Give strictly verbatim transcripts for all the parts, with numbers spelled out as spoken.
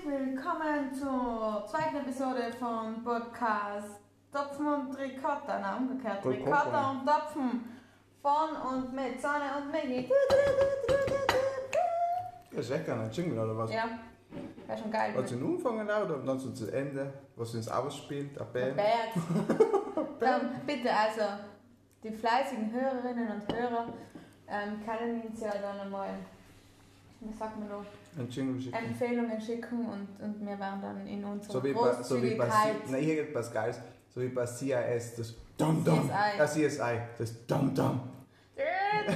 Herzlich willkommen zur zweiten Episode vom Podcast Topfen und Ricotta, na umgekehrt, Ricotta und Topfen von und mit Sonne und Migi. Das ist echt gar nicht Jingle oder was? Ja, wäre schon geil. Was sind Anfangen oder dann so zu Ende, was uns ausspielt, eine Band? Dann bitte also die fleißigen Hörerinnen und Hörer ähm, können uns ja dann einmal, wie sagt man noch, Ein Jingle schicken. Empfehlungen schicken und, und wir werden dann in unserer So wie bei, so wie bei Großzügigkeit... Nein, hier gibt es was Geiles. So wie bei C I S, das Dum Dum. C S I. Ah, C S I, das Dum Dum. Ja,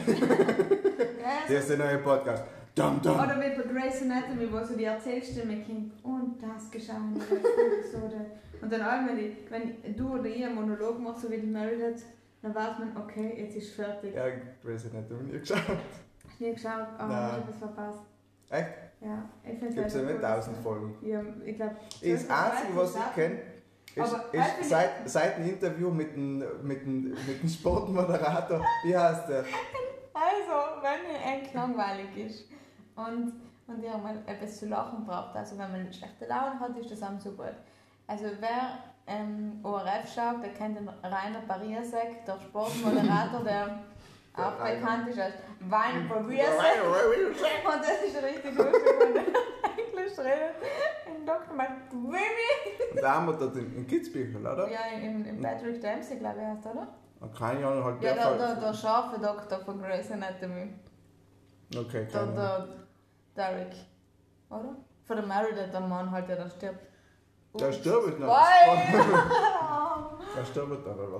Hier ist der neue Podcast. Dum Dum. oder wie bei Grey's Anatomy, wo so die Erzählstimme kommt und das geschah in der Episode. Und dann auch, wenn, die, wenn du oder ich einen Monolog machst, so wie die Meredith, dann weiß man, okay, jetzt ist fertig. Ja, Grey's Anatomy nie geschaut. Hast du nie geschaut, aber Nein. ich habe etwas verpasst. Echt? Ja, ich finde Gibt es ja nicht tausend Folgen. Ja, ich glaube... Das Einzige, was ich kenne, ist, Aber ist seit, seit dem Interview mit dem, mit dem, mit dem Sportmoderator, wie heißt der? Also, wenn mir echt langweilig ist und, und ihr mal etwas zu lachen braucht, also wenn man eine schlechte Laune hat, ist das auch so gut. Also wer ähm, O R F schaut, der kennt den Rainer Pariasek, der Sportmoderator, der auch bekannt ist als Rainer Pariasek. Und das ist richtig lustig, wenn er Englisch redet. Ein Doktor meint, Baby! Und da haben wir dort in, in Kitzbühel, oder? Ja, in, in Patrick Dempsey, glaube ich, heißt er, oder? Keine Ahnung, halt Ja, der der, der, der scharfe Doktor von Grey's Anatomy. Okay, Der, keine Ahnung. der Derek. Oder? Von der Meredith, der Mann halt, der da stirbt. Der stirbt noch. Spoiler! Der stirbt da, oder was?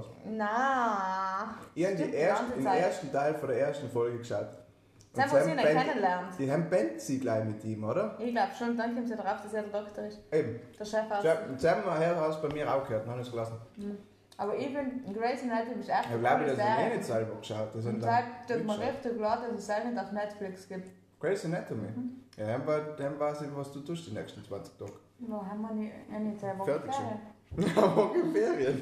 Na. Ich habe die erste, den ersten Teil von der ersten Folge geschaut. Das haben sie ihn kennengelernt. Die haben Band sie gleich mit ihm, oder? Ich glaube schon, dann kommt sie darauf, dass er der Doktor ist. Eben. Der Chefarzt. Jetzt haben wir her, hast bei mir auch gehört, dann habe ich es gelassen. Mhm. Aber ich finde, Grey's Anatomy ist echt Ich glaube, das coole habe ich Serie. eh nicht selber geschaut. Das Und sind deshalb dann tut mir mitgeschaut. richtig leid, dass es selber nicht auf Netflix gibt. Grey's Anatomy? Mhm. Ja, dann, war, dann weiß ich, was du tust die nächsten zwanzig Tage. Wo haben wir nicht, ja, nicht selber Fertig schon. Ferien. Ja, morgen Ferien.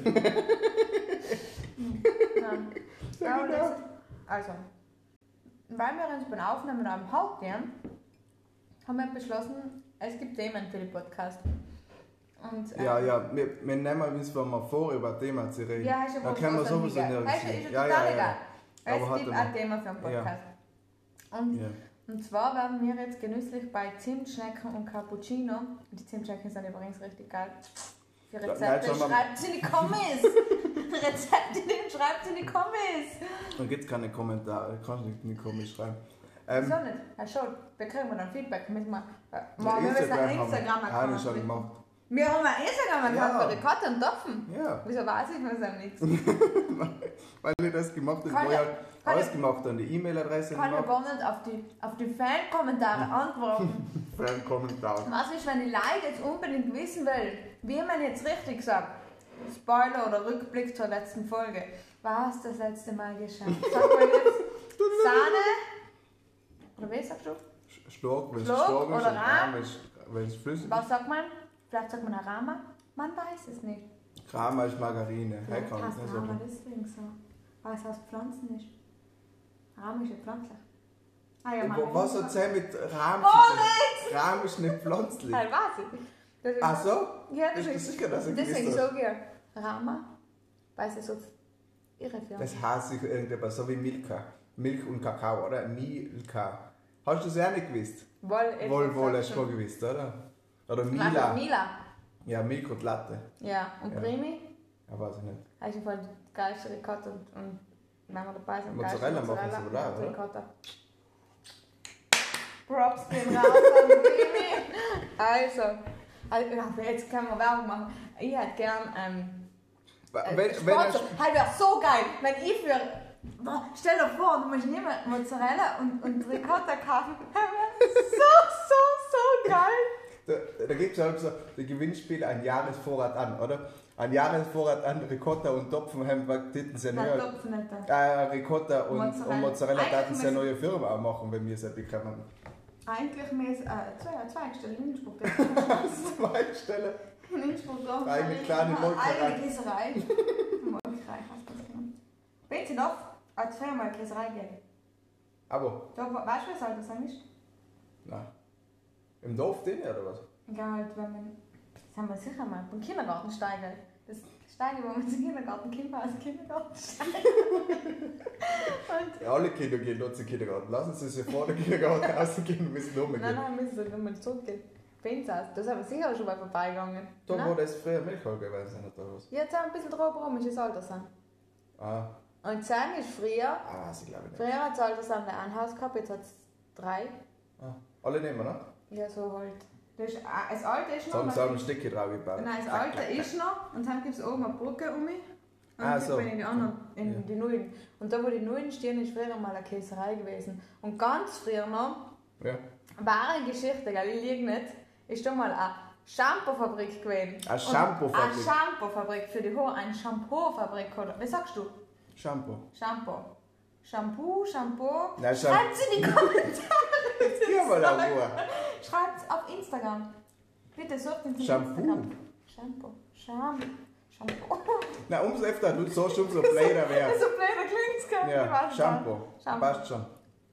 Nein. Ja, Aber genau. das- Also, weil wir uns beim Aufnehmen am Hauptjahren haben wir beschlossen, es gibt Themen für den Podcast. Und, ähm, Ja, ja, wir, wir nehmen uns mal vor, über ein Thema zu reden. Ja, hast du Dann können wir sowieso nirgends Heißt, hin. ist Ja, ja, ja, total ja. egal. Aber Es hat gibt er ein mal. Thema für einen Podcast. Und, Ja. und zwar werden wir jetzt genüsslich bei Zimtschnecken und Cappuccino. Die Zimtschnecken sind übrigens richtig geil. Für nein, Rezepte schon mal- schreibt sie in die Kommis. Rezepte schreibt sie in die Kommis. Dann gibt es keine Kommentare, kannst du nicht in die Kommis schreiben. Ähm, Wieso nicht? Ja schon, da kriegen wir dann Feedback. Müssen wir, äh, ja, wir müssen einen haben wir- Instagram-Account Habe ich schon machen. gemacht. Wir haben einen Instagram-Account Ja. für Ricotta und Topfen. Ja, Wieso weiß ich mir das nichts? weil ich das gemacht habe, Kann wo ich ja- halt kann ja- ausgemacht habe, die E-Mail-Adresse Ich kann ja gemacht. gar nicht auf die, auf die Fan-Kommentare antworten. Für einen Kommentar. Was ist, wenn die Leute jetzt unbedingt wissen will, wie man jetzt richtig sagt? Spoiler oder Rückblick zur letzten Folge. Was das letzte Mal geschah? Sag mal jetzt Sahne? Oder wie sagst du? Stark, wenn es Schlag stark ist, oder und Rahm? wenn es- wenn es flüssig ist. Was sagt man? Vielleicht sagt man Arama? Man weiß es nicht. Krama ist Margarine. Hey, Vielleicht kann ich heißt nicht Rama sagen. deswegen so. Weil es aus Pflanzen ist. Rama ist ja pflanzlich. Ah ja, Ja, Margarine. was hat es mit Rahm Oh, zu tun? Rahm ist nicht pflanzlich. Nein, weiß ich. Das ist Ach so? Ja, Bist du deswegen, sicher, dass ich deswegen gewusst sage ich Rama, weil sie so irreführend Das heißt sich irgendetwas, so wie Milka. Milch und Kakao, oder? Milka. Hast du das ja nicht gewusst? Wohl, Wohl, wohl, hast du schon gewusst, oder? Oder Mila. Mila. Mila. Ja, Milch und Latte. Ja, und Ja. Primi, Ja, weiß ich nicht. also voll die geilste Ricotta und, und wenn wir dabei sind, Mozzarella geilste machen sie wohl auch, und oder? Ricotta. Props gehen raus an Primi. Also, also, ja, jetzt können wir Werbung machen. Ich hätte gern, ähm, Wenn, äh, wenn, Sponsor. wenn Halt wäre so geil, wenn ich für... Boah, stell dir vor, du musst nicht mehr Mozzarella und, und Ricotta kaufen. So, so, so geil. da, da gibt es halt so die Gewinnspiele ein Jahresvorrat an, oder? Ein Jahresvorrat an Ricotta und Topfen haben Titten sehr Nein, neu. Topfen nicht da. Äh, Ricotta und Mozzarella. Mozzarella, und Mozzarella Eigentlich daten sehr müssen- neue Firma auch machen, wenn wir es bekommen. Eigentlich müssen äh, zwei, zwei Stellen in Innsbruck. Zwei Stellen. In Innsbruck drauf. Eine kleine Molkerei. Eine Käserei. Molkerei heißt das genau. Willst du noch als Firma eine Käserei geben? Aber, Da, weißt du, was soll das eigentlich? nein. Im Dorf drin oder was? Ja, halt, wenn man, das haben wir sicher mal, beim Kindergarten steigen. Das Steige, wo man zum Kindergarten kommt, aus dem Kindergarten steigen. Ja, alle Kinder gehen dort zum Kindergarten. Lassen sie sich vor dem Kindergarten rausgehen und müssen umgehen. Nein, nein, müssen sie nochmal zurückgehen. Fenster, das haben wir sicher schon mal vorbeigegangen. Da Nein? wo das früher Milchhall gewesen ist, oder was? Ja, jetzt haben wir ein bisschen drauf rum, ist das Altersheim. Ah, Und Sam ist früher, ah, weiß ich glaube nicht. früher hat das Altersheim ein Haus gehabt, jetzt hat es drei. Ah, alle nehmen, ne? Ja, so halt. Das, ist, das Alte ist So noch. haben sie auch ein Stückchen drauf gebaut. Nein, das Alte ist noch und dann gibt es oben eine Brücke um mich. Und Ah, dann so. bin ich in die anderen, in Ja. die Neuen. Und da, wo die Neuen stehen, ist früher mal eine Käserei gewesen. Und ganz früher noch, Ja. wahre Geschichte, gell, ich liege nicht, ist da mal eine Shampoo-Fabrik gewesen. Eine Und Shampoo-Fabrik? Eine Shampoo-Fabrik für die Haare, eine Shampoo-Fabrik, oder? Wie sagst du? Shampoo. Shampoo. Shampoo, Shampoo. Nein, Shampoo. Schreibt es in die Kommentare. Ja, mal auch nur. Schreibt es auf Instagram. Bitte sucht uns auf Shampoo. Instagram. Shampoo. Shampoo. Shampoo. Na, umso öfter du sagst, umso blöder wär's. So blöd klingt es gar Ja, Shampoo. Shampoo. Passt schon.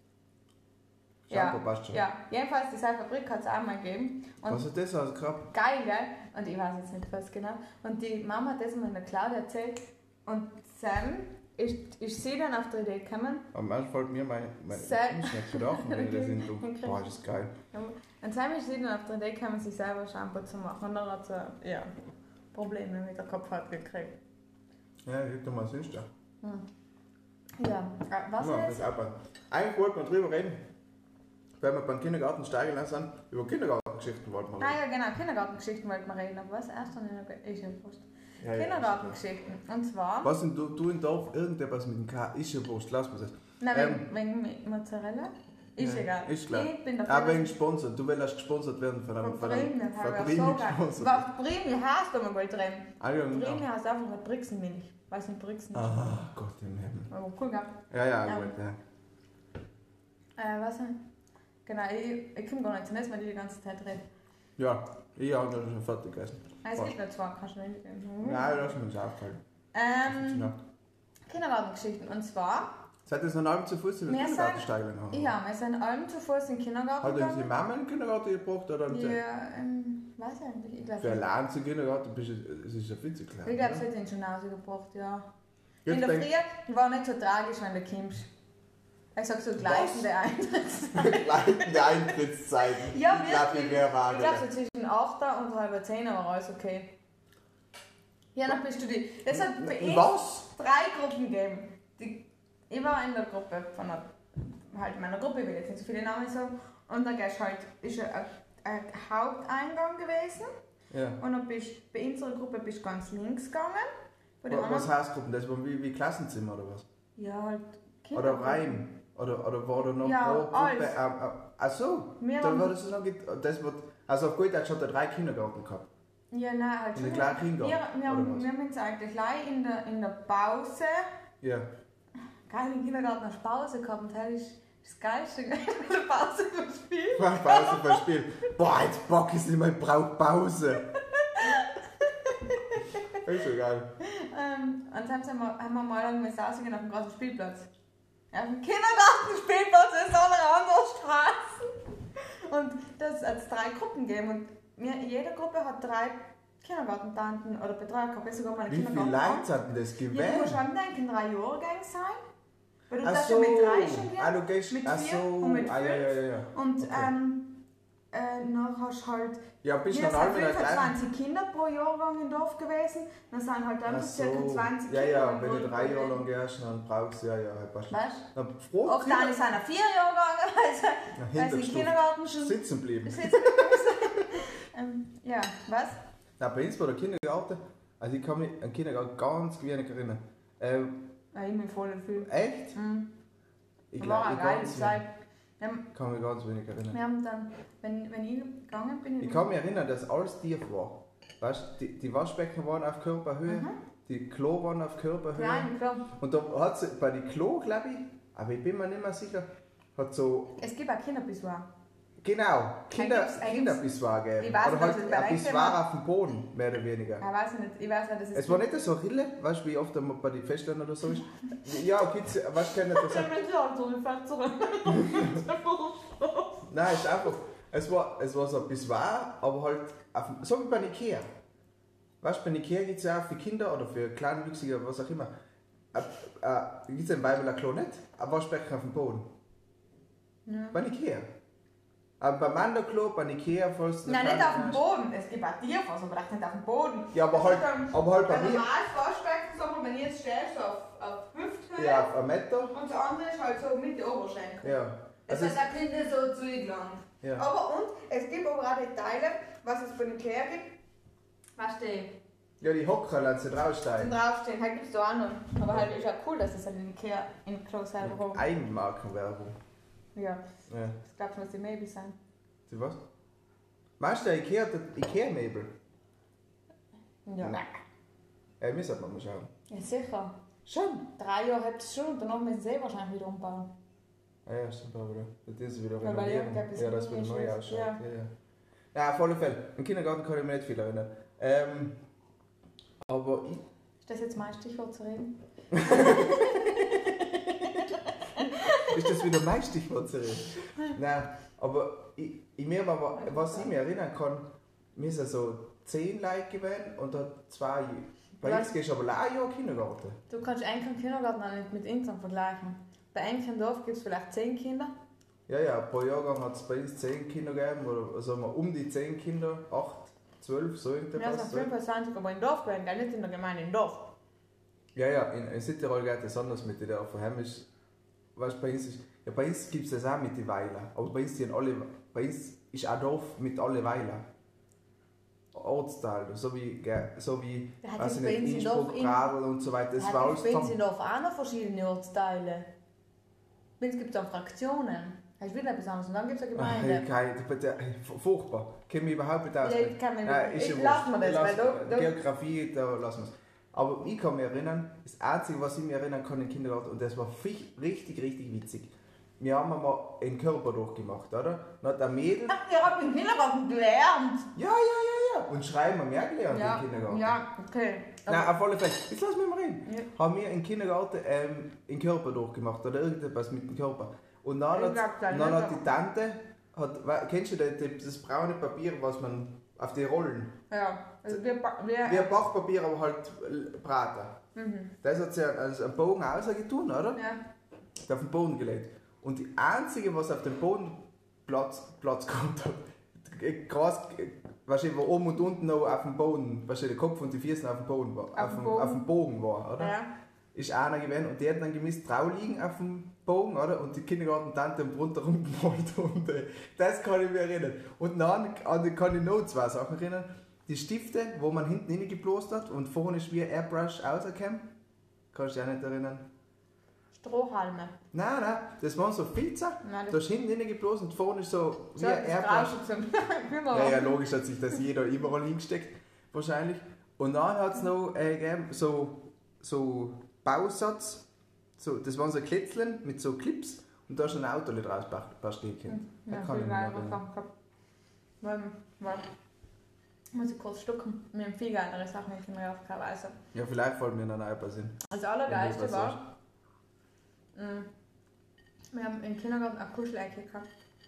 Shampoo Ja, passt schon. ja, jedenfalls diese Fabrik hat es auch mal gegeben. Und Was ist das aus Krab? geil, gell? Und ich weiß jetzt nicht was genau. Und die Mama hat das mal in der Claudia erzählt. Und Sam ist, ist sie dann auf die Idee gekommen. Am Anfang fällt mir mein. mein Sa- ich muss nicht verdachen, wenn ich das in du. Okay. Boah, das ist geil. Und Sam ist sie dann auf die Idee gekommen, sich selber Shampoo zu machen. Und dann hat sie ja, Probleme mit der Kopfhaut gekriegt. Ja, ich mal sonst da. Hm. Ja, äh, was Ja, jetzt? das auch mal. Eigentlich wollten wir drüber reden, wenn wir beim Kindergarten steigen lassen, über Kindergartengeschichten wollten wir Ah reden. ja, genau, Kindergartengeschichten wollten wir reden. Aber was erst dann in der ist ja fast. Ja, ja, Kindergartengeschichten. Und zwar. Was sind du, du in Dorf irgendetwas mit dem K? Ist ja wurscht, lass mal das. Nein, Ähm, wegen, wegen Mozzarella? Ist Ja, egal. ist klar. Ich bin Aber dafür. wegen Sponsor. Du willst gesponsert werden von einem Von Bremien, von habe einem ich auch so geil. gesponsert. Was Bremien heißt aber mal drin? Ah, ja, Bremien genau. heißt einfach mal Brixenmilch. Weiß nicht, Brixen. Ah, Gott im Himmel. Aber cool gehabt. Ja, ja, Ja. gut, ja. Äh, was denn? Genau, ich, ich komme gar nicht zum Essen, weil ich die ganze Zeit rede. Ja, ich habe schon fertig gegessen. Ah, es Was? gibt noch zwei, kannst du nicht gehen. Nein, lass mich aufhalten. Ähm, Kindergartengeschichten. Und zwar, Seid ihr noch einen Abend zu Fuß in den Wir Kindergarten sind- steigen gegangen? ja, wir sind allem zu Fuß in den Kindergarten Hat uns die gegangen. Mama in den Kindergarten gebracht oder haben sie... Ja, ähm, weiß ich nicht. Ich Für glaube, allein zum Kindergarten bist du, es ist ja viel zu klein. ich glaube, oder? sie hat ihn schon rausgebracht, ja. Jetzt In der denk- Früh war nicht so tragisch, wenn du kommst. Ich sag so gleichende Eintrittszeiten. Leitende Eintrittszeiten. Ja, Ich glaube, wirklich. ich wäre Ich glaube so zwischen acht und halb zehn war alles okay. Ja, dann bist du die. Es hat bei uns Was? drei Gruppen gegeben. Die, ich war in der Gruppe von einer, halt meiner Gruppe, ich will jetzt nicht so viele Namen sagen. Und dann gehst halt, ist ein, ein Haupteingang gewesen. Ja. Und dann bist bei unserer Gruppe bist du ganz links gegangen. Bei den Was, was anderen, heißt Gruppen? Das war wie, wie Klassenzimmer oder was? ja, halt Oder Kindergruppen. Reim? Oder, oder war da noch Ja, pro Gruppe? alles. Ähm, äh, ach so, Wir da haben- war das so noch. get- Das wird, also auf gut Deutsch hat er drei Kindergarten gehabt. Ja, nein, halt In schon. den gleichen Kindergarten, Wir, wir, oder haben, was? wir haben uns eigentlich gleich in der, in der Pause, Ja. geil, im Kindergarten hast du Pause gehabt und das ist das Geilste in der Pause vom Spiel. Mach Pause fürs Spiel. Boah, jetzt Bock ist nicht mehr, ich brauch Pause. Das ist so geil. Ähm, und dann haben wir, haben wir mal müssen rausgehen auf dem großen Spielplatz. Auf dem Kindergartenspielplatz ist auch eine andere Straße. Und das hat es drei Gruppen gegeben. Und wir, jede Gruppe hat drei Kindergartentanten oder Betreuer gehabt. Ich sogar meine Wie viele Kindergarten. Leute hatten das Ja, du gewählt? musst schon denken, drei Jahrgänge sein. Weil du Ach darfst so. ja mit drei schon gehen. Ah, du gehst, mit ach vier so. und mit Ah, ja, ja, ja, ja. Und Okay. ähm, äh, dann hast du halt. Ja, bist Wir du noch sind einmal gleich? fünfundzwanzig Kinder pro Jahrgang im Dorf gewesen. Dann sind halt Ach einfach so. ca. zwanzig Ja, Kinder. ja, im wenn du Dorf drei Jahre gewesen. lang gehst, dann brauchst du, ja, ja, passt schon. Weißt Na, du? froh, Oft dann ist einer vier Jahrgänge, also, Na, weil sie im Hinterstufe. Kindergarten schon sitzen bleiben. sitzen müssen. ähm, Ja, was? Na, bei uns war der Kindergarten, also ich kann mich an den Kindergarten ganz wenig erinnern. Ähm, Ja, ich bin voll viel. echt? Mhm. Ich War glaube, eine ich geile ganz Zeit. wenig- Wir haben, kann mich ganz wenig erinnern. wir haben dann, wenn, wenn ich gegangen bin, Ich kann mich erinnern, dass alles tief war. Weißt du, die, die Waschbecken waren auf Körperhöhe, Mhm. die Klo waren auf Körperhöhe. klein, klar. Und da hat sie bei den Klo, glaube ich, aber ich bin mir nicht mehr sicher, hat so, Es gibt auch Kinderpissoir. genau, Kinder, gibt's- da gibt's- Kinderpissoir gegeben. Ich weiß Oder nicht, halt was es ein bei euch Pissoir war. auf dem Boden, mehr oder weniger. Ja, weiß ich nicht. Ich weiß nicht, das ist. Es war nicht so Rille, weißt du, wie oft einmal bei den Festländern oder so ist. Ja, gibt's, weißt du, kennt ihr das? Ja, Mensch, ja, so eine Fetzerin. Nein, es ist einfach, Es war, es war so ein bisschen wahr, aber halt, auf, so wie bei Ikea. Weißt du, bei Ikea gibt es ja auch für Kinder oder für Kleinwüchsige, was auch immer. Äh, äh, gibt es ein Weibel nicht, ein Waschbecken auf dem Boden. Ja. Bei Ikea. Aber beim Mandaklo, bei Ikea, falls du. Nein, nicht auf dem Boden. Es gibt auch Tierfass, aber nicht auf dem Boden. Ja, aber halt, aber halt bei ein mir. normales Waschbecken, sagen wir, wenn ich jetzt stellst, so auf, auf Hüfthöhe. Ja, auf einen Meter. Und das andere ist halt so mit den Oberschenkeln. Ja. Es Also ist auch nicht so zu lang. Ja. Aber und, es gibt aber auch die Teile, was es von Ikea gibt. Weißt du, die Ja, die Hocker lassen sie draufsteigen. sind draufstehen, halt gibt es da auch noch. Aber halt ist ja cool, dass es halt in Ikea in Klo selber haben. Eigenmarkenwerbung. Ja, Ja. das glaubst du, was die Maybe sind. Die was? Meinst du, der Ikea hat Ikea-Möbel? Ja. Nein. Ja, müssen wir mal schauen. Ja, sicher. Schon? Drei Jahre habt ihr es schon und danach müssen sie wahrscheinlich wieder umbauen. Ah ja, stimmt aber wieder. Das ist wieder Weil bei renovieren. irgendetwas Ja, das wird neu neu ist. ausschaut. Ja. Ja. Ja, ja. Auf alle Fälle. Im Kindergarten kann ich mich nicht viel erinnern. Ähm, aber ich... Ist das jetzt mein Stichwort zu reden? Ist das wieder mein Stichwort zu reden? Nein, aber ich, ich mir aber, was ich mich erinnern kann, wir sind so zehn Leute gewesen und da zwei. Bei uns gehst du aber auch ein Jahr Kindergarten. Du kannst eigentlich einen Kindergarten auch nicht mit Insam vergleichen. Bei einem Dorf gibt es vielleicht zehn Kinder. Ja, ja, pro Jahrgang hat es bei uns zehn Kinder gegeben, oder sagen wir um die zehn Kinder, acht, zwölf, so irgendwas. Ja, es sind fünfundzwanzig, aber im Dorf gewesen, gell? Nicht in der Gemeinde, im Dorf. Ja, ja, in, in Südtirol geht das anders mit den Dörfern. Heim ist, weißt, bei uns, ist, ja, bei uns gibt es das auch mit den Weiler, aber bei uns, sind alle, bei uns ist auch Dorf mit allen Weiler. Ortsteil, so wie, so wie Da hat weiß es ich bei nicht, uns in Innsbruck, Dorf in- Pradl und so weiter. Das Es war hat alles bei uns zusammen. in Dorf auch noch verschiedene Ortsteile. Bei uns gibt es dann Fraktionen. Das ist wieder etwas anderes. Und dann gibt es eine Ach, Gemeinde. ich kann- bitte, furchtbar. Kenne mich überhaupt nicht aus. Ja, ich kann mich Nein, nicht- ist ja ich lass wurscht. mir das, weil Lass- du- du- Geografie, da lassen wir es. Aber ich kann mich erinnern, das Einzige, was ich mich erinnern kann im Kindergarten, und das war fi- richtig, richtig witzig. Wir haben einmal einen Körper durchgemacht, oder? Dann hat ein Mädel. Ach, ihr habt im Kindergarten gelernt. Ja, ja, ja, ja. Und schreiben haben wir auch gelernt Ja, im Kindergarten. ja, okay. Nein, auf alle Fälle. Jetzt lass mich mal reden. Ja. Haben wir im Kindergarten ähm, einen Körper durchgemacht oder irgendetwas mit dem Körper. Und dann, Ich hat, glaub, das und dann nicht, hat die Tante, hat, we- kennst du das, das, das braune Papier, was man auf die Rollen, Ja, also wir, ba- wir, wie ein Bachpapier, aber halt äh, braten. mhm. Das hat sie als einen Bogen rausgetan, oder? Ja. Auf den Boden gelegt. Und die einzige, was auf dem Boden Platz, Platz gehabt hat, Gras, weißt du, wo oben und unten noch auf dem Boden, weißt du, der Kopf und die Füße auf dem Boden war, Auf auf, dem dem, Boden. auf dem Bogen war, oder? Ja. Ist einer gewesen und der hat dann gemisst drauf liegen auf dem Bogen, oder? Und die Kindergarten-Tante am drunter rumgemalt und äh, das kann ich mich erinnern. Und dann an, kann ich noch zwei Sachen erinnern. Die Stifte, wo man hinten reingeblost hat und vorne ist wie ein Airbrush rausgekommen. Kannst du dich auch nicht erinnern? Strohhalme. Nein, nein, das waren so Filzer. Nein, Da ist hinten reingeblosen und vorne ist so wie so, ein das Airbrush. Grauschen zum Ja, ja, logisch hat sich das jeder überall hingesteckt, wahrscheinlich. Und dann hat es noch äh, gegeben, so, so Bausatz, so, das waren so Klitzeln mit so Clips und da ist ein Auto draus bastelt. Ja, Da kann ich viel mich geiler erinnern. Sachen gehabt. Weil, weil, muss ich kurz schlucken. Wir haben viel geilere Sachen, die ich mir auf keine Weise. Ja, vielleicht fällt mir dann auch etwas in. Das Allergeilste Wenn du was war, mh, wir haben im Kindergarten eine Kuschelecke gehabt.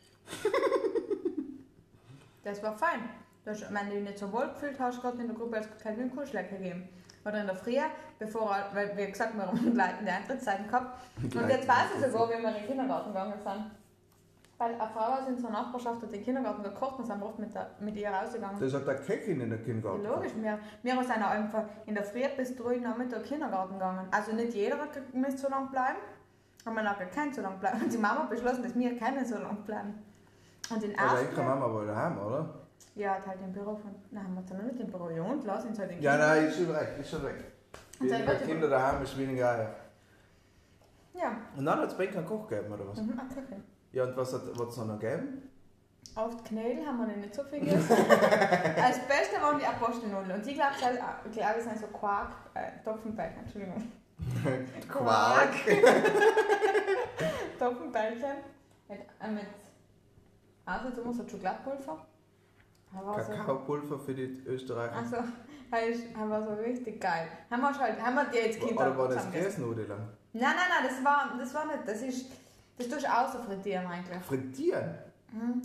Das war fein. Du hast, wenn du dich nicht so wohl gefühlt hast, gerade in der Gruppe, hast du keine Kuschelecke gegeben. Oder in der Früh, bevor, weil wie gesagt, wir haben gleitende Eintrittszeiten gehabt. Und jetzt weiß ich sogar, wie wir in den Kindergarten gegangen sind. Weil eine Frau aus unserer Nachbarschaft hat den Kindergarten gekocht und sind oft mit, der, mit ihr rausgegangen. Das hat der Köchin in der Kindergarten. Ja, logisch, wir, wir sind auch einfach in der Früh bis drei Nachmittag Kindergarten gegangen. Also nicht jeder müsste so lange bleiben, aber man hat keinen so lange bleiben. Und die Mama hat beschlossen, dass wir keinen so lange bleiben. Und den Aber ersten... ich kann Mama wohl daheim, oder? Ja, hat halt im Büro von... Nein, haben wir es dann nicht im Büro gewohnt, lassen uns halt den Ja, Kindern- nein, ist schon weg, ist schon weg. Und dann Weniger wird- Kinder daheim ist weniger Eier. Ja, Und dann hat es bei keinen Koch gegeben, oder was? mhm, okay. Ja, und was hat es noch gegeben? Auf die Knödel haben wir nicht so viel gegessen. Als Beste waren die Apostelnudeln. Und die, glaube ich, glaub, sind so Quark... Äh, Topfenbällchen, Entschuldigung. Quark. Topfenbällchen mit, äh, mit also du musst Schokoladepulver. So, Kakaopulver für die Österreicher. also, das war so richtig geil. Haben wir halt, haben wir die jetzt Kinder Oder war das zusammengegessen? Grießnudeln? Nein, nein, nein, das war, das war nicht, das ist, das tust du außer frittieren eigentlich. Frittieren? Mhm.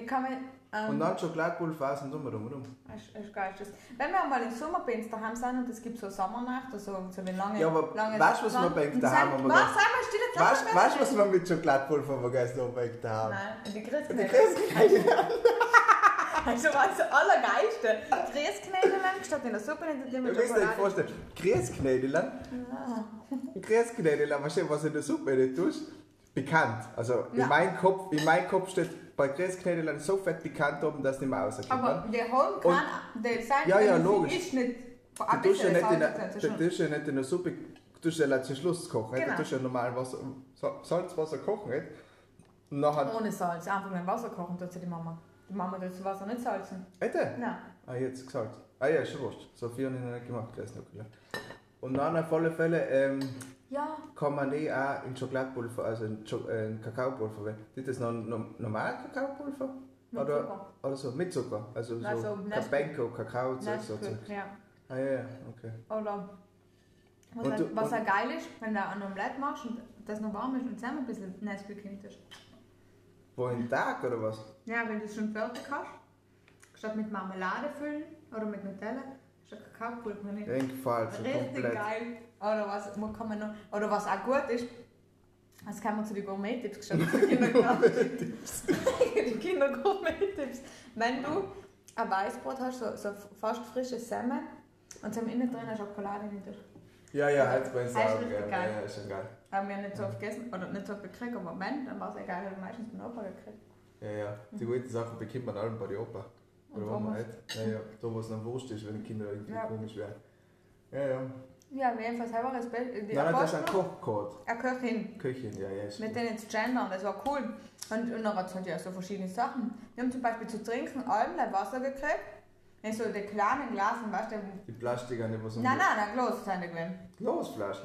Ich kann mir... Ähm, und dann Schokoladepulver essen und um und um und um. Das ist, ist geil. Wenn wir mal im Sommer bei uns daheim sind und es gibt so Sommernacht, so, so eine lange... Ja, aber lange weißt du, was man bei uns daheim haben? Was? Sag mal, still jetzt Weißt du, weißt, was man mit Schokoladepulver vergessen haben bei uns daheim? Nein, die Grießknödel. Die Grießknödel. Also was das Allergeilste. Grießknödel statt in der Suppe nicht Ihr mit müsst euch Schokolade. vorstellen, Grießknödel, Ja. Grießknödel, was du in der Suppe nicht tust, bekannt. Also in Ja. meinem Kopf, in meinem Kopf steht bei Grießknödeln so fett bekannt oben, dass es nicht mehr rauskommt. Aber die haben Und- keinen... Der sagt, Ja, ja, wenn logisch. sie ist nicht... Du Ein tust ja bisschen nicht in Salz der, dazu, du schon. tust ja nicht in der Suppe, du tust ja zum Schluss kochen. Nicht? Genau. Du tust ja normal Wasser, Sa- Salzwasser kochen. Nicht? Und nachher... Ohne Salz, einfach mit Wasser kochen tut sie die Mama. Die Mama tut das Wasser nicht salzen. Hätte? Nein. Ah, jetzt gesagt. Ah ja, ist schon wurscht. So viel habe ich noch nicht gemacht. Grießknödel. Und dann auf alle Fälle ähm, Ja. kann man eh auch in Schokoladepulver, also in, Scho äh, in Kakaopulver verwenden. Ist das noch no normal Kakaopulver? Mit Oder, Zucker. oder so, mit Zucker? Also so Also Nesquik. Kabenko, Kakao, so, so. so. Nesquik, ja. Ah ja, ja, okay. Oder was, Und halt, du- was und- halt geil ist, wenn du ein Omelette machst und das noch warm ist und zusammen ein bisschen Nesquik hinter. Wo in den Tag oder was? Ja, wenn du es schon fertig hast, statt mit Marmelade füllen oder mit Nutella, statt Kakaopulver nicht. Den gefällt so Richtig komplett. geil. Oder was, wo kann man noch, oder was auch gut ist, das kann man zu den Gourmet-Tipps geschaut. Die Kinder-Gourmet-Tipps. Wenn du ein Weißbrot hast, so, so fast frisches Semmeln und sie haben innen drin Schokolade hinter. Ja, ja, halt bei uns Das ist auch. richtig Ja, geil. ja, ist schon geil. Haben wir nicht so oft gegessen, oder nicht so oft gekriegt, aber wenn, dann war es egal, weil meistens mein Opa gekriegt. Ja, ja. Die guten Sachen bekommt man allem bei den Opa. Und Oder wo man Omas. halt. Ja, ja. Da wo es dann wurscht ist, wenn die Kinder irgendwie Ja. komisch werden. Ja, ja. Ja, jedenfalls haben wir das Beste. Nein, nein, das ist ein Kochcode. Eine Köchin. Köchin, ja, ja. Ist Mit gut. denen zu gendern, das war cool. Und, und dann hat es halt ja so verschiedene Sachen. Wir haben zum Beispiel zu trinken Almlein Wasser gekriegt. In so die kleinen Glasen, weißt du? Die Plastik an die was Nein, nein, nein, Glas sind die gewesen. Glasflaschen.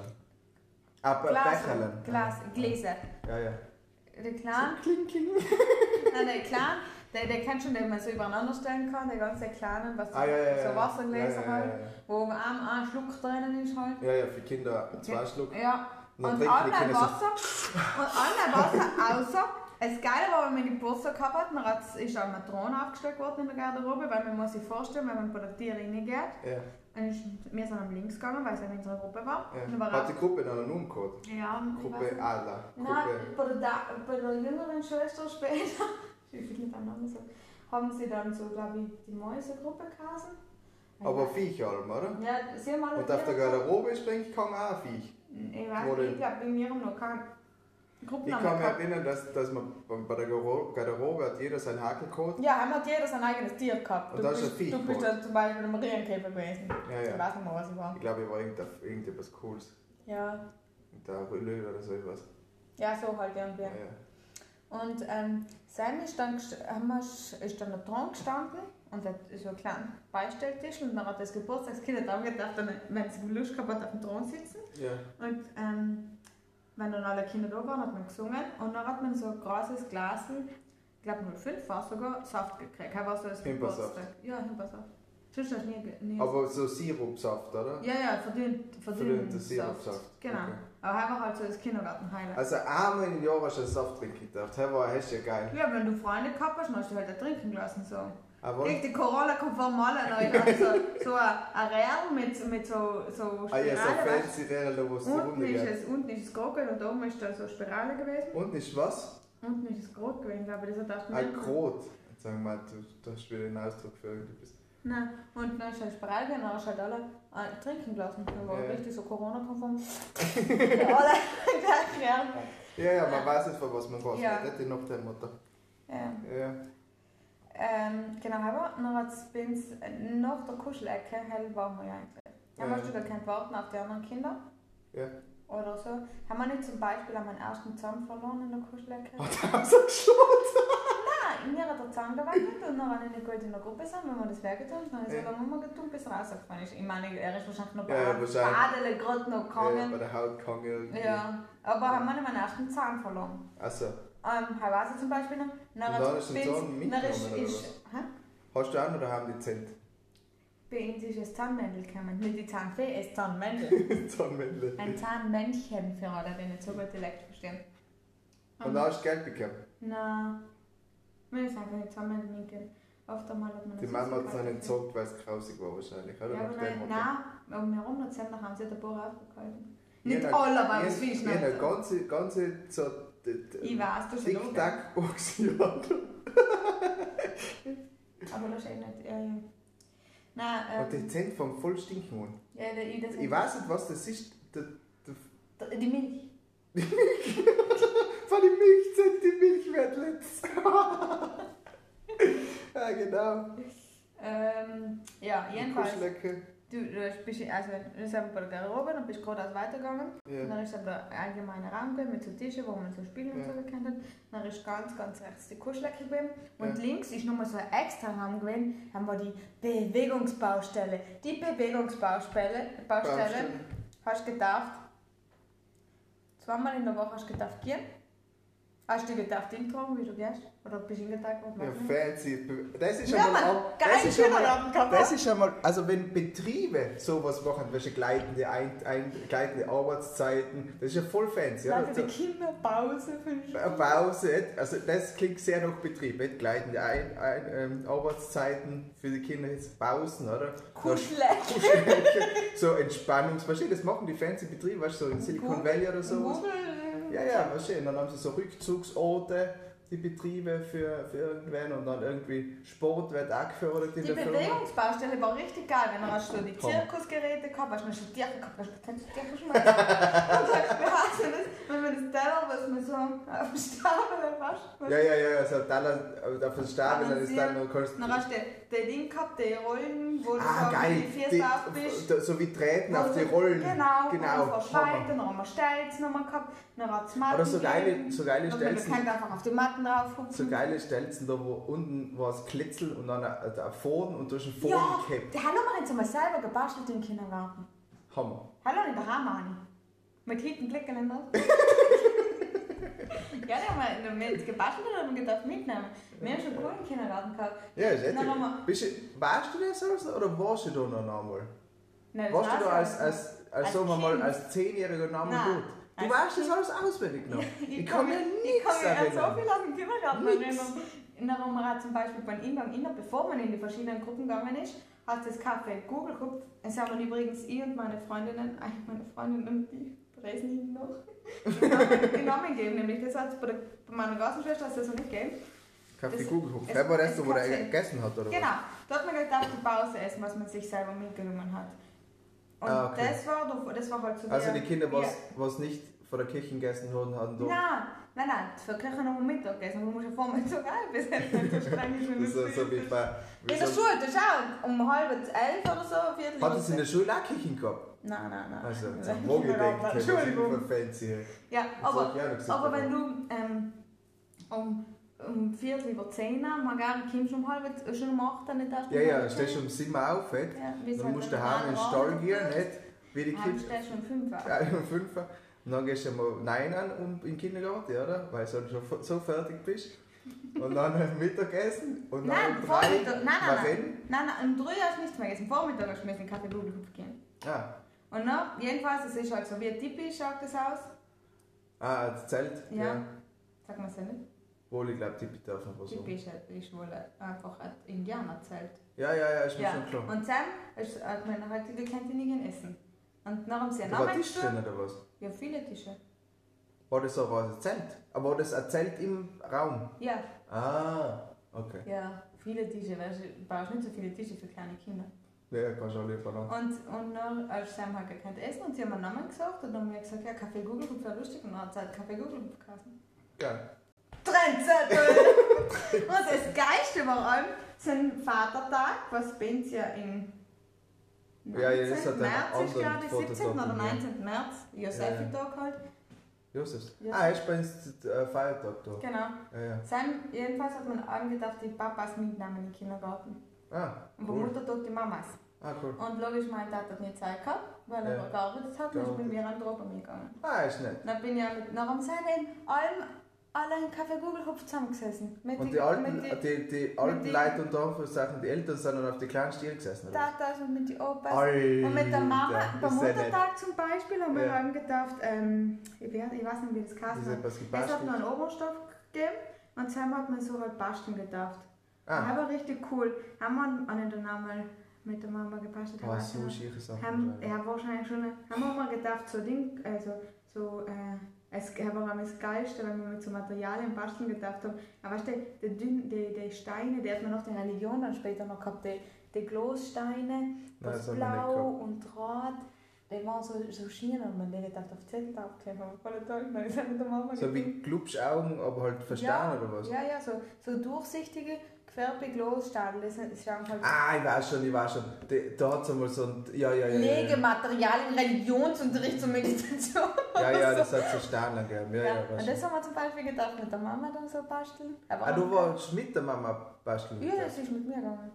Aber Glas, Becherlen. Glas, Gläser. Ja, ja. Die kleinen, Kling, kling. nein, die kleinen, der, der kennt schon, den man so übereinander stellen kann, die ganz kleinen, was Ah, ja, ja, ja. so Wassergläser ja, ja, halt, ja, ja. wo ein, ein Schluck drinnen ist halt. Ja, ja, für Kinder zwei Schluck. Ja, Und dann und trinken die Almlein Kinder so. Wasser, und Almlein Wasser, außer, das Geile war, wenn wir Geburtstag gehabt hatten, dann hat's- ist eine Matrone aufgestellt worden in der Garderobe, weil man muss sich vorstellen, wenn man bei der Tür reingeht, Ja, dann ist, wir sind am links gegangen, weil es in unserer Gruppe war. ja. Und dann war Hat auch- die Gruppe dann einen Umcode? ja, ich weiß Gruppe nicht. Adler. Nein, Gruppe. bei der, da bei der jüngeren Schwester später, wie viele miteinander so, haben sie dann so, glaube ich, die Mäusegruppe geheißen. Aber Viechhalm, oder? Ja, sie haben alle Und auf der Tiere- Garderobe ist, denke ich, kann auch ein Viech. Ich weiß Oder- nicht, ich glaube, bei mir haben noch keine Ich Gruppennamen kann mich gehabt. erinnern, dass, dass man bei der Garo- Garderobe hat jeder seinen Hakelcode. Ja, haben hat jeder sein eigenes Tier gehabt. Und Du das ist bist, ein Viech du bist geworden. da zum Beispiel der Marienkäfer gewesen. Ja, Ich ja. weiß nicht mehr, was ich war. Ich glaube, ich war irgend- irgendetwas Cooles. Ja, Der Löwe oder so etwas. ja so halt irgendwie. Ja, ja. Und ähm, Sam ist dann, gest- haben wir, ist dann da dran gestanden und hat so einen kleinen Beistelltisch und dann hat das Geburtstagskind auch gedacht, wenn sie Lust gehabt hat, auf dem Thron sitzen. Ja. Und ähm, wenn dann alle Kinder da waren, hat man gesungen und dann hat man so ein großes Glas, ich glaube null Komma fünf war sogar, Saft gekriegt. Das war so das Himbeersaft. Geburtstag. Ja, Himbeersaft. Sonst hast du nie, nie Aber so Sirupsaft, oder? Ja, ja, verdünnt, verdünnt Verdünnter Sirupsaft. Genau. Okay. Aber er war halt so das Kindergarten-Highlight. Also einmal im Jahr hast du einen Saft trinken gedacht. Das war echt ja geil. Ja, wenn du Freunde gehabt hast, dann hast du halt auch trinken lassen. So. Aber Richtig Corona-konform alle. Also so ein ein Rell mit, mit so, so ah, ja, so Spirale. fancy Räder, wo es zur unten, Runde ist geht. es, unten ist es Krokel und oben ist da so eine Spirale gewesen. Unten ist was? Unten ist es Grot gewesen, glaube ich. Das hat Ein Krot. Jetzt sagen wir mal, du, du hast wieder einen Ausdruck für irgendetwas. Nein, und dann ist eine Spirale gewesen und dann hast du halt alle äh, trinken lassen. Das war Ja. richtig so Corona-konform. alle gleich gern. Ja, ja, man weiß nicht, von was man was. Ja. Nicht nach dem Motto. Ja. Ja. Ähm, genau, aber dann hat es bei uns nach der Kuschelecke hell warm eingestellt. Haben wir Ja. schon gekannt warten auf die anderen Kinder? Ja. Oder so. Haben wir nicht zum Beispiel an meinen ersten Zahn verloren in der Kuschelecke? Hat er so geschlagen? Nein, mir hat der Zahn gewackelt und dann, wenn ich nicht gut in der Gruppe sind, wenn wir das weggetan haben, dann ist er Ja. so lange immer getan, bis er rausgefallen ist. Ich meine, er ist wahrscheinlich noch Ja, ja, bei wahrscheinlich. Badele gerade noch Ja, bei gegangen. der Hautkangel. Ja, aber haben wir nicht meinen ersten Zahn verloren. Also, Ähm, Herr Vase zum Beispiel noch. Dann Und dann ist der Zahn mitgenommen, ist, oder ist, hä? hast du auch noch daheim die Zent? Bei uns ist ein Zahnmännchen gekommen. Nicht die Zahnfee, es Zahnmännchen. Zahnmännle. Ein Zahnmännchen für alle, die nicht so gut Dialekt verstehen. Und dann hast du Geld bekommen. Nein. Wir sind einfach nicht zusammen mitgehen. Oft einmal hat man Die Mama hat es dann entsorgt, weil es grausig war wahrscheinlich. Oder? Ja, aber nein, nein, um herum noch zusammen haben sie ein paar aufgehalten. Nicht ja, alle, aber es ist nicht. Ja, eine ganze, ganze so, ich weiß, du schon Tic-Tac-Box. Aber das ist eh nicht, ja, ja. Nein, ähm, und die Zähne fangen voll stinken an. Ja, der, ich, das ich weiß nicht, was das ist. Der, der, die Milch. Die Milch. Von der Milch sind die Milchmädels. Ja, genau. Ähm, ja, jedenfalls. Kuschlecke. Du, du bist, also, wir sind bei der Garderobe, dann bist du geradeaus weitergegangen. Ja. Und dann ist dann der allgemeine Raum gewesen, mit so Tischen, wo man so Spiele und ja. so gekannt hat. Dann ist ganz, ganz rechts die Kuschlecke gewesen. Und ja. links ist nochmal so ein extra Raum gewesen, haben wir die Bewegungsbaustelle. Die Bewegungsbaustelle, Baustelle, Baustelle. Hast du gedacht, zweimal in der Woche hast du gedacht, gehen. Hast du gedacht, hintragen, wie du gehst? Oder bist du hingetragen? Ja, fancy. Das ist ja, einmal auch. Das ist einmal, das ist einmal, also wenn Betriebe sowas machen, welche gleitende, ein, ein, gleitende Arbeitszeiten, das ist ja voll fancy. Ja, für die Kinder Pause. Eine Pause, also das klingt sehr nach Betrieb. Nicht? Gleitende ein, ein, ähm, Arbeitszeiten für die Kinder, jetzt Pausen, oder? Kuschlecke. So Entspannungsmaschinen, das machen die fancy Betriebe, weißt du, so in Silicon Valley oder so. Ja, ja, war schön. Dann haben sie so Rückzugsorte, die Betriebe für, für irgendwen und dann irgendwie Sport wird auch gefördert in die der Firma. Die Bewegungsbaustelle war richtig geil, wenn du hast du die Zirkusgeräte gehabt, hast du schon Tiere gehabt, hast du kennst du Tiere schon mal? Und wie heißt das, wenn man das Teller, was man so auf dem Stapel fasst? Ja, ja, ja, so Teller auf dem Stapel, dann ist dann noch... Dann hast du den Ding gehabt, die Rollen, wo du ah, so geil. die Füße drauf bist. So wie Treten auf die Rollen. Genau, genau. Dann verschalten, dann haben wir Stelzen nochmal gehabt, dann hat es Matten. Oder so geile, so geile Stelzen. Man kann einfach auf die Matten drauf. So geile Stelzen, da wo unten war es Klitzel und dann ein Faden und durch den Faden ja, gekippt. Die haben wir jetzt einmal selber gebastelt im Kindergarten. Hammer. Hallo in der Hamani. Mit hinten Klickern drauf. Ja, die haben wir jetzt gebastelt und haben gedacht mitnehmen. Wir haben schon einen coolen Kindergarten gehabt. Ja, ist echt. Bist du, warst du das also, oder warst du da noch einmal? Nein, warst du da als, als, als, als, sagen wir mal, als Zehnjähriger noch einmal gut? Du als weißt das alles auswendig noch. ich, ich kann mir nichts erinnern. Ich kann mich an so viel aus dem Kindergarten erinnern. In der Romerei zum Beispiel beim Ingang Inner, bevor man in die verschiedenen Gruppen gegangen ist, hat das Kaffee Google geguckt. Es haben übrigens ich und meine Freundinnen, meine Freundinnen, die reisen hinten noch, die Namen, die Namen gegeben. Nämlich das hat es bei, bei meiner Gassenschwester das nicht gegeben. Kaffee Google geguckt. Das war das, wo er gegessen hat, oder? Genau. Da hat man gedacht, die Pause essen, was man sich selber mitgenommen hat. Und ah, okay. das, war, das war halt so. Also die Kinder, was, was nicht von der Kirche gegessen wurden, haben dort. Nein, nein, nein, für die Kirche noch am Mittag gegessen. Du musst ja Vormittag auch bis jetzt nicht so streng ist, wenn du so, so wie bei, wie in der so Schule, das auch um halb elf oder so, viertel. Hat es in der Schule auch Kirchen gehabt? Nein, nein, nein. Also, jetzt haben wir gedacht, Entschuldigung. Fancy. Ja, aber, aber wenn du ähm, um, um Viertel über zehn, mal gerne kommst du um halb, schon um acht, dann nicht erst. Ja, ja, dann stehst du um sieben auf, ja, dann musst du daheim in den Stall gehen, nicht? Wie die Kinder. Dann stehst du um fünf auf. Ja, um fünf. Und dann gehst du mal neun an um, in den Kindergarten, oder? Weil du schon so fertig bist. Und dann Mittagessen und dann nein, um drei nein, nein, nein, rennen. nein, nein, um drei hast du nichts mehr gegessen. Vormittag hast du in den Kaffee Blumenhupf gehen. Ah. Und dann, jedenfalls, es ist halt so wie ein Tipi, schaut das aus. Ah, das Zelt? Ja. ja. Sag mal es ja nicht. Wohl, ich glaube, Tipi darf noch was sagen. Tipi ist, ist wohl einfach ein Indianerzelt. Ja, ja, ja, ist mir ja. schon klar. Und Sam, ist, hat meine heutige Kantine essen. Und dann haben sie einen Namen Namen Tisch drin oder was? Ja, viele Tische. War das aber ein Zelt? Aber war das ein Zelt im Raum? Ja. Ah, okay. Ja, viele Tische, weil du brauchst nicht so viele Tische für kleine Kinder. Ja, kannst du alle verlangen. Und, und dann, als Sam halt gekannt essen und sie haben einen Namen gesagt und dann haben wir gesagt, ja, Kaffee Google wäre lustig und dann hat sie halt Kaffee Google geheißen. Geil. Trendzettel! Und das Geilste war allem, sein Vatertag, was Benz ja im ja, ja, das hat März ist, glaube ich, siebzehnten oder neunzehnten März, Josefi-Tag ja. halt. Josefs? Ah, ist bei uns der Feiertag da. Genau. Ja, ja. Sein, jedenfalls hat man angedacht, die Papas mitnehmen in den Kindergarten. Ah, und bei cool. Muttertag die Mamas. Ah, cool. Und logisch, mein Dad hat nicht Zeit gehabt, weil er ja. gearbeitet hat, und ich bin mir an den Ober gegangen. Ah, ist nett. Dann bin ich ja mit, nach dem Sein allem alle in Kaffee Google-Hupf zusammengesessen. Mit und die, die alten, die, die, die alten die, Leute und Anführungszeichen, die Eltern sind dann auf die kleinen Stiere gesessen, oder? Tatas und mit den Opas. Alter, und mit der Mama, beim Muttertag zum Beispiel, haben wir ja. gedacht, ähm, ich, weiß, ich weiß nicht, wie das heißt. Es hat noch einen Oberstoff gegeben, Und zusammen hat man so halt basteln gedacht. Ah. Das war richtig cool. Haben wir an den einmal mit der Mama gebastelt. Oh, so schicke Sachen. Haben, ja, wahrscheinlich schon. Haben wir mal gedacht, so Ding, also so, äh, es war das Geilste, wenn wir mit so Materialien basteln gedacht haben. Aber weißt du, die, die, die, die Steine, die hat man noch die Religion dann später noch gehabt, die, die Glosssteine, das Nein, das Blau und Rot. Die waren so, so Schienen und man hat gedacht, auf Zettel aufgeklebt, aber voll toll, dann ist mit der Mama so wie Glubschaugen, aber halt verstanden ja, oder was? Ja, ja, so, so durchsichtige, gefärbte Glosssteine, das schauen halt... Ah, ich weiß schon, ich weiß schon, da hat es einmal so ein... Ja, ja, ja, Legematerial im Religionsunterricht zur Meditation. Ja, ja, das hat so Steine gegeben, ja, ja. ja. Und das haben wir zum Beispiel gedacht, mit der Mama dann so basteln. Aber ah, du warst mit der Mama basteln? Ja, das ist mit mir gegangen.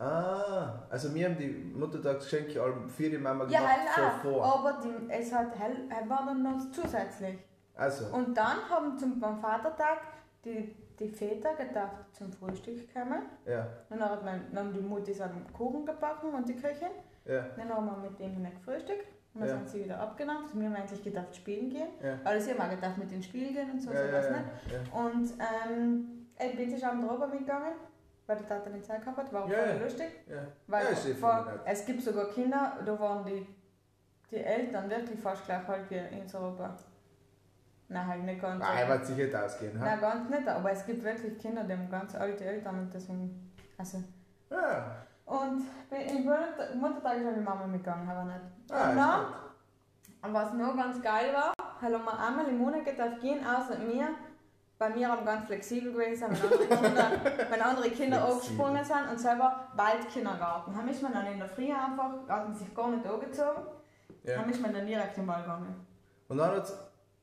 Ah, also wir haben die Muttertagsgeschenke für die Mama ja, gemacht hell vor, vor. Aber die, es hat hell, war dann noch zusätzlich. Also. Und dann haben zum beim Vatertag die, die Väter gedacht zum Frühstück kommen. Ja. Dann hat man, dann haben die Mutti so einen Kuchen gebacken und die Köchin. Ja. Dann haben wir mit denen gefrühstückt. Und dann ja. sind sie wieder abgenommen. Also wir haben eigentlich gedacht, spielen gehen. Ja. Aber sie haben auch gedacht, mit den Spielen gehen und so, ja, sowas ja, nicht. Ja. Und ähm, ich bin sich am drüber mitgegangen, weil der Tata nicht Zeit gehabt hat. War auch ja, voll ja. lustig. Ja. Weil ja, vor, es gibt sogar Kinder, da waren die, die Eltern wirklich fast gleich alt wie in Europa. Nein, halt nicht ganz. Ah, er wird sich nicht ausgehen, ha? Nein, ganz nicht. Aber es gibt wirklich Kinder, die haben ganz alte Eltern und deswegen. Also. Ja. Und im Muttertag ist meine Mama mitgegangen, aber nicht. Ah, und dann, was noch ganz geil war, haben wir einmal im Monat gedacht gehen, außer mir. Bei mir haben ganz flexibel gewesen, wenn andere Kinder, wenn andere Kinder aufgesprungen sind und selber Waldkindergarten. Haben ist man dann in der Früh einfach, hatten sich gar nicht angezogen, ja. Haben ist man dann direkt im Ball gegangen. Und dann hat's,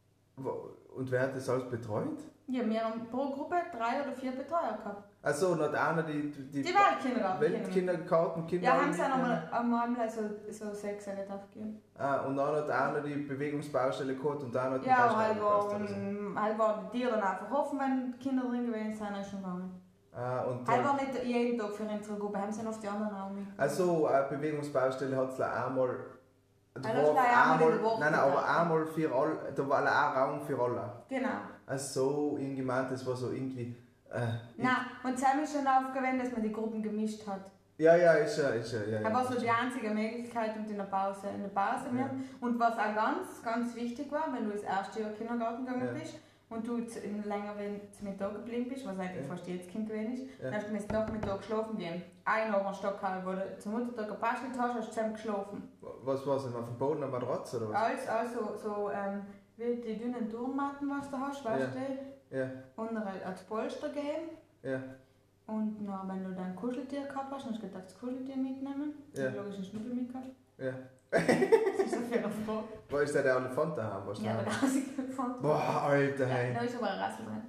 und wer hat das alles betreut? Ja, wir haben pro Gruppe drei oder vier Betreuer gehabt. Achso, und hat einer die... Die, die Waldkindergarten. Weltkindergarten, Kinder... Ja, haben sie dann einmal so, so sechs gegeben. Ah, und dann hat einer die Bewegungsbaustelle gehabt und dann hat ja, halt war, halt war die Tiere dann einfach offen, wenn die Kinder drin gewesen sind, ist schon gegangen. Ah, und halt war nicht jeden Tag für unsere Gruppe, haben sie dann auf die anderen auch mit. Also, eine Bewegungsbaustelle hat es einmal... Da war einmal in der Woche. Nein, nein, aber einmal für alle, da war auch Raum für alle. Genau. Also, irgendwie gemeint, das war so irgendwie... Äh, nein, und Sam ist schon aufgewählt, dass man die Gruppen gemischt hat. Ja, ja, ist ja, ist ja. ja das war so die einzige Möglichkeit und in der Pause. In der Pause ja. Und was auch ganz, ganz wichtig war, wenn du das erste Jahr Kindergarten gegangen ja. bist und du länger zum Mittag geblieben bist, was eigentlich ja. fast jedes Kind gewesen ist, ja. dann hast du bis Nachmittag geschlafen gehen. Ein Jahr am Stockhalb, wo du zum Muttertag gebastelt hast, hast du zusammen geschlafen. Was war es denn, auf dem Boden, am Matratze oder was? Alles, also so ähm, wie die dünnen Turnmatten, was du hast, weißt ja. du? Ja. Und als Polster geben. Ja. Und na, wenn du dann Kuscheltier gehabt hast, hast du gedacht, das Kuscheltier mitnehmen. Ja. Du logisch einen Schnuppel mitgehabt. Ja. Das ist so viel Frage. Wo ist der, der Elefant daheim? Ja, der Elefant. Boah, Alter, hey. Ja, da ist aber ein Rassel drin.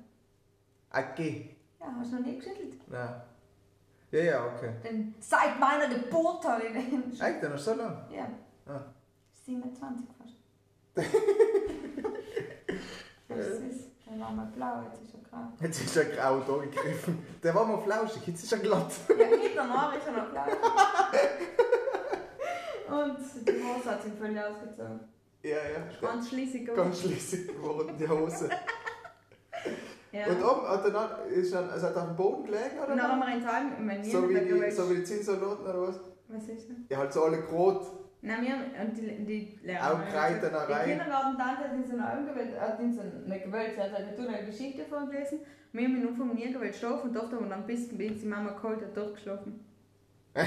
Okay. Ja, hast du noch nie geschüttelt? Nein. Ja, ja, okay. Denn seit meiner Geburt habe ich den Echt, der noch so lang? Ja. Ah. siebenundzwanzig fast. Das ist, der war mal blau, jetzt ist er grau. Jetzt ist er grau da gegriffen. Der war mal flauschig, jetzt ist er glatt. Ja, hinterher ist er noch blau. Und die Hose hat sich völlig ausgezogen. Ja, ja. Ganz schließig geworden. Ganz schließig geworden, die Hose. Ja. Und oben hat er dann, ist dann, also hat er auf dem Boden gelegen, oder? Und dann haben wir einen Tag mit mir so wie die, so wie die Zinsaloten, oder was? Was ist das? Ja, halt so alle rot. Nein, wir und die, die Lehrer. Auch Kreide also, rein. Die Kindergartentante hat in so einer Umgewelt, hat in so einer Gewalt, sie hat eine, eine Geschichte vorgelesen. Wir haben ihn von mir gewählt schlafen und oft haben wir dann bis bis die Mama geholt hat, durchgeschlafen. Die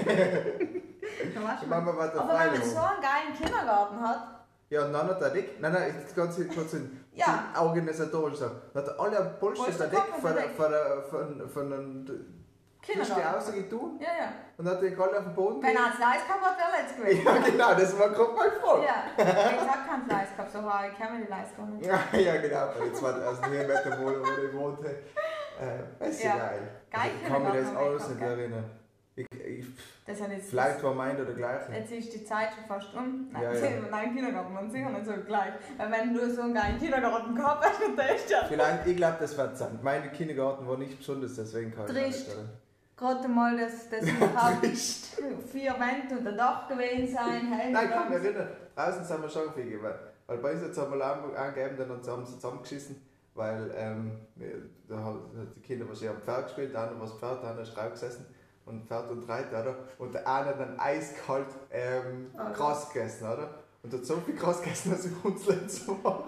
Mama war der Aber wenn man so einen geilen Kindergarten hat. Ja, und dann hat er dick, nein, nein, das Ganze kurz in ja. organisatorisch so. Dann hat er alle Polster dick von von von einem Kindergarten rausgetan. Ja, ja. Und hat den alle auf den Boden gelegt. Wenn er ein Fleisch gehabt hat, wäre er jetzt gewesen. Ja, genau, das war gerade mal vor. Ja, ich habe kein Fleisch gehabt, so war ich kann mir die Fleisch gar nicht. Ja, ja, genau, jetzt war das nie mehr der Wohl, wo ich wohnte. Äh, ist ja geil. Geil, ich kann mich das alles nicht erinnern. Ich, ich, das jetzt vielleicht war mein oder gleich. Jetzt ist die Zeit schon fast um. Nein, ja, ja. Nein, Kindergarten, man sicher nicht so gleich. Weil wenn du so einen geilen Kindergarten gehabt hast, dann ist ja. Vielleicht, ich glaube, das wird sein. Mein Kindergarten war nicht besonders, deswegen kann ich nicht. Nicht, gerade mal, dass das vier Wände und ein Dach gewesen sein. Nein, ich kann mich erinnern. Draußen sind wir schon viel, weil, weil bei uns jetzt haben wir angegeben, dann haben sie zusammengeschissen. weil ähm, wir- da hat hat die Kinder wahrscheinlich am Pferd gespielt, der andere war das Pferd, der andere ist drauf gesessen und Pferd und Reiter, oder? Und der eine hat dann eiskalt ähm, Oh, Gras gegessen, oder? Und hat so viel Gras gegessen, dass ich uns letztes Mal.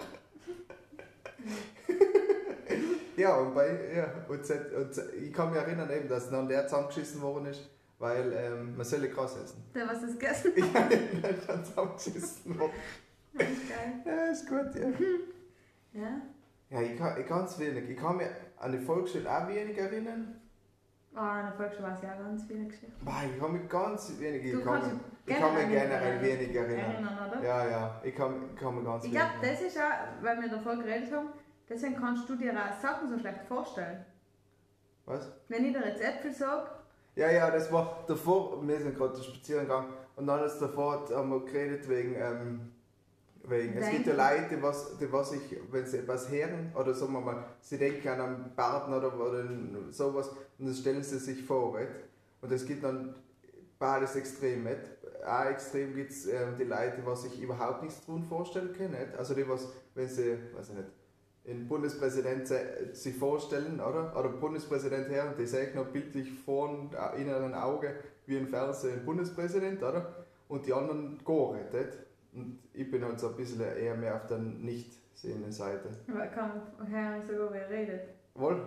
Ja, und, bei, ja und, seit- und seit- ich kann mich erinnern, eben, dass dann der zusammengeschissen worden ist, weil ähm, man soll ja Gras essen. Der was das gegessen? Ja, der ist dann zusammengeschissen worden. Das ist geil. Ja, ist gut, ja. Ja? Ja, ich kann ich ganz wenig. Ich kann mich an die Volksschule auch wenig erinnern. Ah, in der Volksschule war es ja ganz viele Geschichten. Boah, ich kann mich ganz wenig. Ich Du kann, kannst mich, dich ich kann mich generell generell nicht wenig erinnern. erinnern, oder? Ja, ja, ich kann, ich kann mich ganz Ich wenig glaube, das ist auch, weil wir davor geredet haben, deswegen kannst du dir auch Sachen so schlecht vorstellen. Was? Wenn ich dir jetzt Äpfel sage, Ja, ja, das war davor, wir sind gerade spazieren gegangen und dann ist davor, haben wir geredet wegen, ähm, wegen es gibt ja Leute, die was, die was ich, wenn sie etwas hören oder sagen wir mal, sie denken an einen Partner oder, oder sowas und dann stellen sie sich vor, nicht? Und es gibt dann beides extrem, nicht? Ein Extrem gibt es ähm, die Leute, die was sich überhaupt nichts tun vorstellen können, nicht? Also die was, wenn sie, weiß ich nicht, den Bundespräsident se- sich vorstellen, oder? Oder Bundespräsident her und die sehen noch bildlich vor dem inneren Auge wie ein Fernsehen ein Bundespräsident, oder? Und die anderen gar nicht, nicht? Und ich bin halt so ein bisschen eher mehr auf der nicht sehenden Seite. aber kann man hören sogar, wie er redet. Wohl?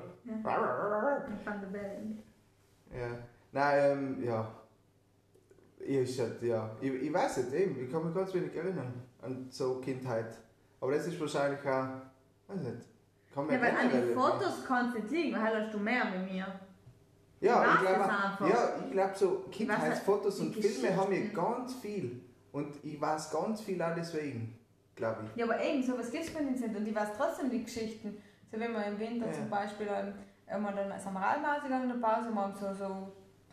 Ja. Ich fand der Bell. Ja. Nein, ähm, ja. Ich, ist halt, ja. Ich, ich weiß nicht, eben, ich kann mich ganz wenig erinnern an so Kindheit. Aber das ist wahrscheinlich auch, weiß nicht, kann Ja, mir weil an generell- den Fotos kannst du nicht liegen, weil hast du mehr mit mir. Ja, Ich ich weiß glaube, es einfach. ja, ich glaube so Ich Kindheitsfotos weiß und die Filme haben wir Geschichten. ganz viel. Und ich weiß ganz viel auch deswegen, glaube ich. Ja, aber eben, sowas gibt es bei uns nicht. Und ich weiß trotzdem die Geschichten. So wenn wir im Winter Ja. zum Beispiel ähm, immer dann als Amaralmaß gegangen in der Pause, wir haben so, so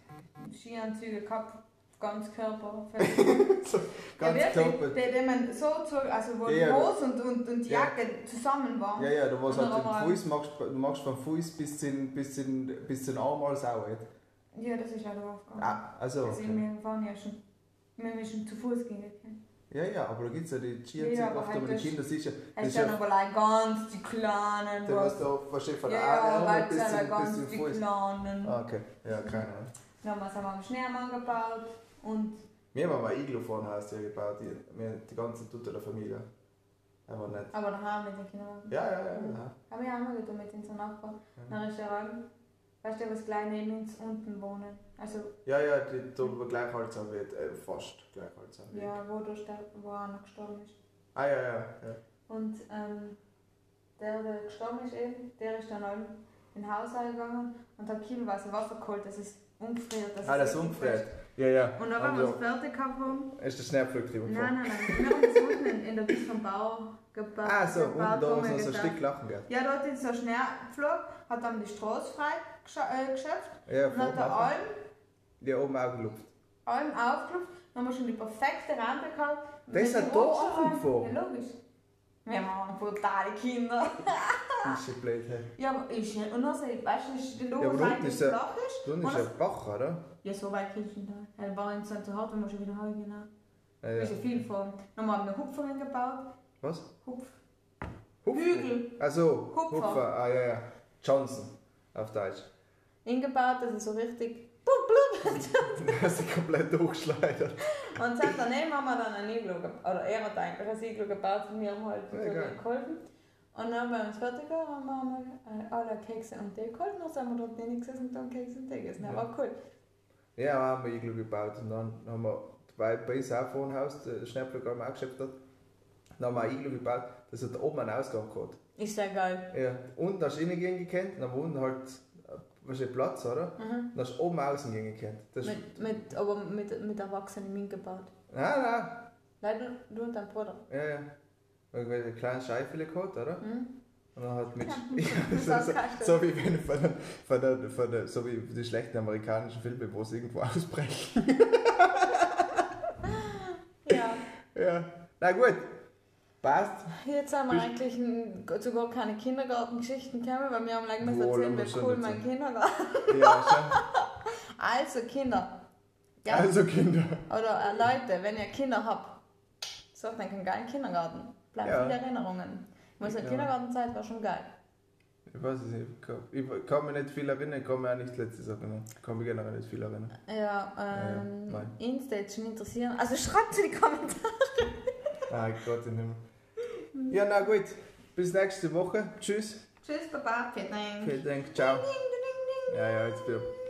Skianzüge gehabt, ganz Körper. So, ganz ja, wirklich, Körper. die, die man so zog, also wo Ja, die ja. Hose und, und, und die Ja. Jacke zusammen waren. Ja, ja, du warst Und halt dann den haben Fuß, machst, du machst vom Fuß bis zum bis zum, bis zum Arm alles auch, nicht? Ja, das ist auch der Aufgabe. Ah, also, Also okay. wir waren ja schon, wir haben schon zu Fuß gehen können. Ja, ja, aber da gibt es ja die Ja, Skianzüge aber oft, halt aber die das- Kinder sicher. Das Es ist sind ja, aber like ganz die Kleinen. der was da wahrscheinlich von der Ja, Arme weil bis es zum, sind bis ganz zum die Fuß. Kleinen. Ah, okay. Ja, keine Ahnung. Dann haben wir es am Schneemann gebaut und Wir haben mal ein Iglo vor dem Haus hier gebaut, die, wir haben die ganze Tutte der Familie. Aber nicht. aber daheim mit den Kindern. Ja, ja, ja. ja. Aber wir haben auch getan mit unseren Nachbarn. Ja. Dann ist der Raum, weißt du, was gleich neben uns unten wohnen. Also, Ja, ja, die, da wo gleich alt sein wird, äh, fast gleich alt sein wird. ja, wo, der Ster- wo einer gestorben ist. Ah, ja, ja, ja. Und ähm, der, der gestorben ist eben, der ist dann in ein Haus reingegangen und hat kiloweise Wasser geholt, dass es umfriert. Dass Ah, es das richtig umfriert. frisch- Ja, ja. Und dann, wenn wir es fertig gehabt haben, Ist der Schnellflug drüber nein, gefahren? nein, nein, wir haben das unten in, in der Bis vom Bau gebaut. Ah, so, unten gebaut, da wo wo wir so ein gedacht- Stück Lachen geht. Ja, dort ist so ein Schnellflug, hat dann die Straße frei gescha- äh, geschöpft Ja, und hat da vormachen. allem, Ja, oben auch gelupft. allem aufgelupft. Dann haben wir schon die perfekte Rampe gehabt. Das ist ja da angefahren? Ja, logisch. Wir haben brutale Kinder. Das ist ja blöd, hey. Ja, aber ist nicht. Und dann so, weißt du, ist die Ja, aber Luft unten rein, ist die ja- flach ist. Da ist Und ja ein Bach, oder? Ja, so weit kriegst du nicht. Er war uns dann zu hart, wenn wir schon wieder heim genau. Ja, Da ja. ist ja viel von. Dann haben wir Hupfer hingebaut. Was? Hupf. Hupfer? Hügel. Also, Hupfer. Hupfer. Ah, ja, ja. Johnson. Auf Deutsch. Hingebaut, dass es so richtig. Das ist komplett durchschleudert. Und dann daneben haben wir dann ein Iglo gebaut. Oder er hat eigentlich ein Iglo gebaut und wir haben halt Ja, ja, geil. geholfen. Und dann, wenn wir uns fertig waren, haben wir äh, alle Kekse und Tee geholt. Dann sind wir dort drin gesessen und haben Kekse und Tee gegessen. Das war cool. Ja, wir haben ein Iglu gebaut und dann haben wir bei, bei uns auch vor dem Haus, der Schnellflug haben wir auch geschafft hat, dann haben wir ein Iglu gebaut, das hat da oben einen Ausgang gehabt. Ist sehr geil. Ja, unten hast du reingehen gekannt, dann war unten halt wahrscheinlich Platz, oder? Mhm. Dann hast du oben außen gehen gekannt. Das Mit, mit, aber mit, mit Erwachsenen mitgebaut. Nein, nein. Leider du und dein Bruder. Ja, ja. Weil wir eine kleine Scheifele gehabt, oder? Mhm. Und dann hat mit. Ja, Ja, das so, ist so, auch geil. so wie wenn von der, von der, von der, so wie die schlechten amerikanischen Filme, wo sie irgendwo ausbrechen. Ja. Ja. Na gut. Passt. Jetzt sind wir Bist- eigentlich n- zu gar keine Kindergartengeschichten gekommen, weil wir haben gleich mal Wohl, erzählen, haben wir wie schon cool mein erzählt. Kindergarten. Ja, schon. Also Kinder. Ja. Also Kinder. Oder äh, Leute, wenn ihr Kinder habt, sucht euch einen geilen Kindergarten. Bleiben Ja. viele Erinnerungen. Ich muss sagen, Ja. Kindergartenzeit war schon geil. Ich weiß es nicht. Ich kann, ich kann mich nicht viel erinnern, ich kann mich auch nicht letzte Sache erinnern. Ich kann mich generell nicht viel erinnern. Ja, ähm, Ja, ja, Insta jetzt schon interessieren. Also schreibt in die Kommentare. Ah, Gott im Himmel. Ja, na gut. Bis nächste Woche. Tschüss. Tschüss, Papa. Vielen Dank. Vielen Dank. Ciao. Ja, ja, jetzt wieder.